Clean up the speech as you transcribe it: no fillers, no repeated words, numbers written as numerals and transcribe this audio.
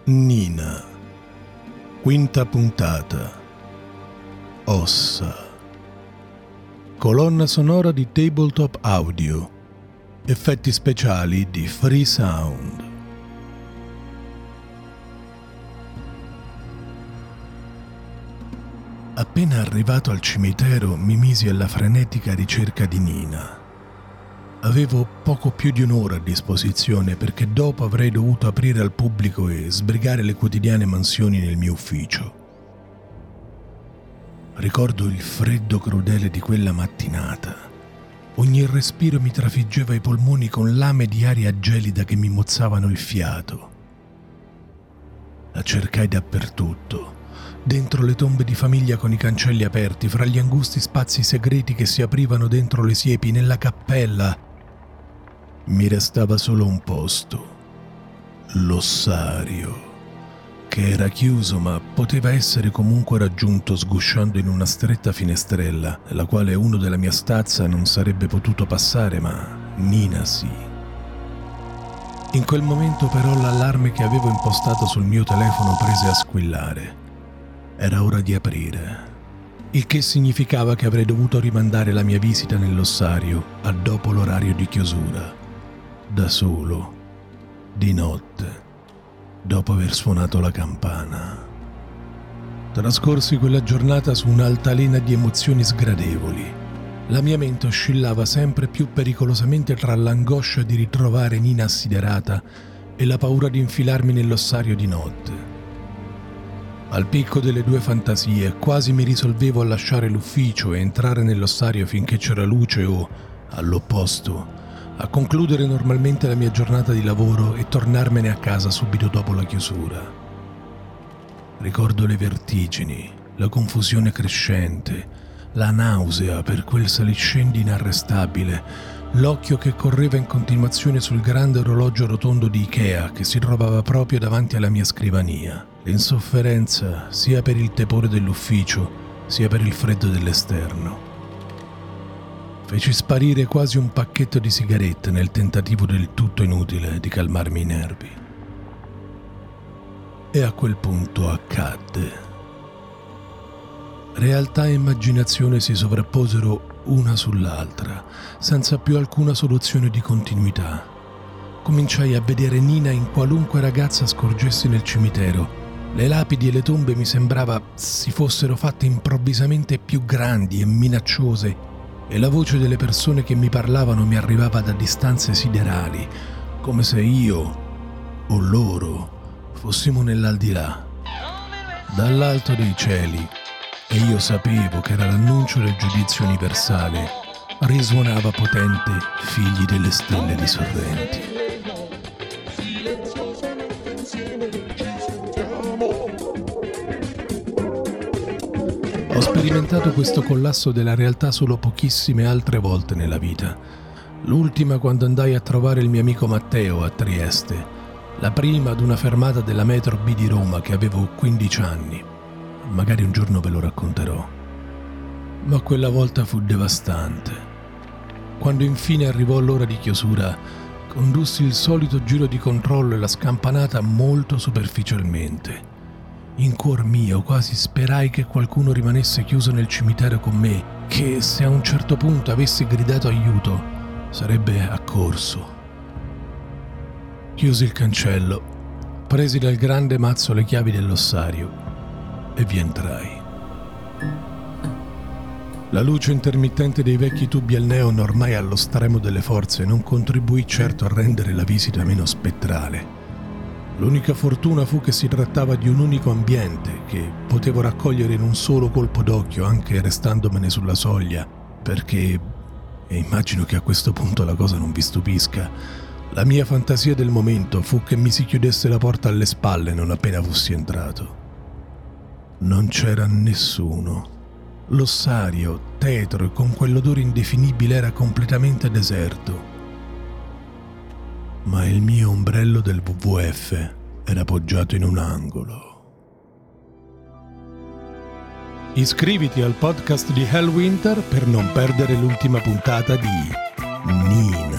Nina. Quinta puntata. Ossa. Colonna sonora di Tabletop Audio. Effetti speciali di Free Sound. Appena arrivato al cimitero mi misi alla frenetica ricerca di Nina. Avevo poco più di un'ora a disposizione perché dopo avrei dovuto aprire al pubblico e sbrigare le quotidiane mansioni nel mio ufficio. Ricordo il freddo crudele di quella mattinata. Ogni respiro mi trafiggeva i polmoni con lame di aria gelida che mi mozzavano il fiato. La cercai dappertutto, dentro le tombe di famiglia con i cancelli aperti, fra gli angusti spazi segreti che si aprivano dentro le siepi, nella cappella. Mi restava solo un posto, l'ossario, che era chiuso ma poteva essere comunque raggiunto sgusciando in una stretta finestrella, nella quale uno della mia stazza non sarebbe potuto passare, ma Nina sì. In quel momento però l'allarme che avevo impostato sul mio telefono prese a squillare. Era ora di aprire, il che significava che avrei dovuto rimandare la mia visita nell'ossario a dopo l'orario di chiusura, da solo, di notte, dopo aver suonato la campana. Trascorsi quella giornata su un'altalena di emozioni sgradevoli. La mia mente oscillava sempre più pericolosamente tra l'angoscia di ritrovare Nina assiderata e la paura di infilarmi nell'ossario di notte. Al picco delle due fantasie quasi mi risolvevo a lasciare l'ufficio e entrare nell'ossario finché c'era luce o, all'opposto, a concludere normalmente la mia giornata di lavoro e tornarmene a casa subito dopo la chiusura. Ricordo le vertigini, la confusione crescente, la nausea per quel saliscendi inarrestabile, l'occhio che correva in continuazione sul grande orologio rotondo di Ikea che si trovava proprio davanti alla mia scrivania. L'insofferenza sia per il tepore dell'ufficio sia per il freddo dell'esterno. Feci sparire quasi un pacchetto di sigarette nel tentativo del tutto inutile di calmarmi i nervi. E a quel punto accadde. Realtà e immaginazione si sovrapposero una sull'altra, senza più alcuna soluzione di continuità. Cominciai a vedere Nina in qualunque ragazza scorgessi nel cimitero. Le lapidi e le tombe mi sembrava si fossero fatte improvvisamente più grandi e minacciose e la voce delle persone che mi parlavano mi arrivava da distanze siderali, come se io o loro fossimo nell'aldilà, dall'alto dei cieli, e io sapevo che era l'annuncio del giudizio universale, risuonava potente figli delle stelle di Sorrenti. Ho sperimentato questo collasso della realtà solo pochissime altre volte nella vita. L'ultima quando andai a trovare il mio amico Matteo a Trieste, la prima ad una fermata della metro B di Roma che avevo 15 anni. Magari un giorno ve lo racconterò. Ma quella volta fu devastante. Quando infine arrivò l'ora di chiusura, condussi il solito giro di controllo e la scampanata molto superficialmente. In cuor mio quasi sperai che qualcuno rimanesse chiuso nel cimitero con me, che se a un certo punto avessi gridato aiuto sarebbe accorso. Chiusi il cancello, presi dal grande mazzo le chiavi dell'ossario e vi entrai. La luce intermittente dei vecchi tubi al neon ormai allo stremo delle forze non contribuì certo a rendere la visita meno spettrale. L'unica fortuna fu che si trattava di un unico ambiente che potevo raccogliere in un solo colpo d'occhio anche restandomene sulla soglia, perché, e immagino che a questo punto la cosa non vi stupisca, la mia fantasia del momento fu che mi si chiudesse la porta alle spalle non appena fossi entrato. Non c'era nessuno. L'ossario, tetro e con quell'odore indefinibile, era completamente deserto. Ma il mio ombrello del WWF era poggiato in un angolo. Iscriviti al podcast di Hellwinter per non perdere l'ultima puntata di Nina.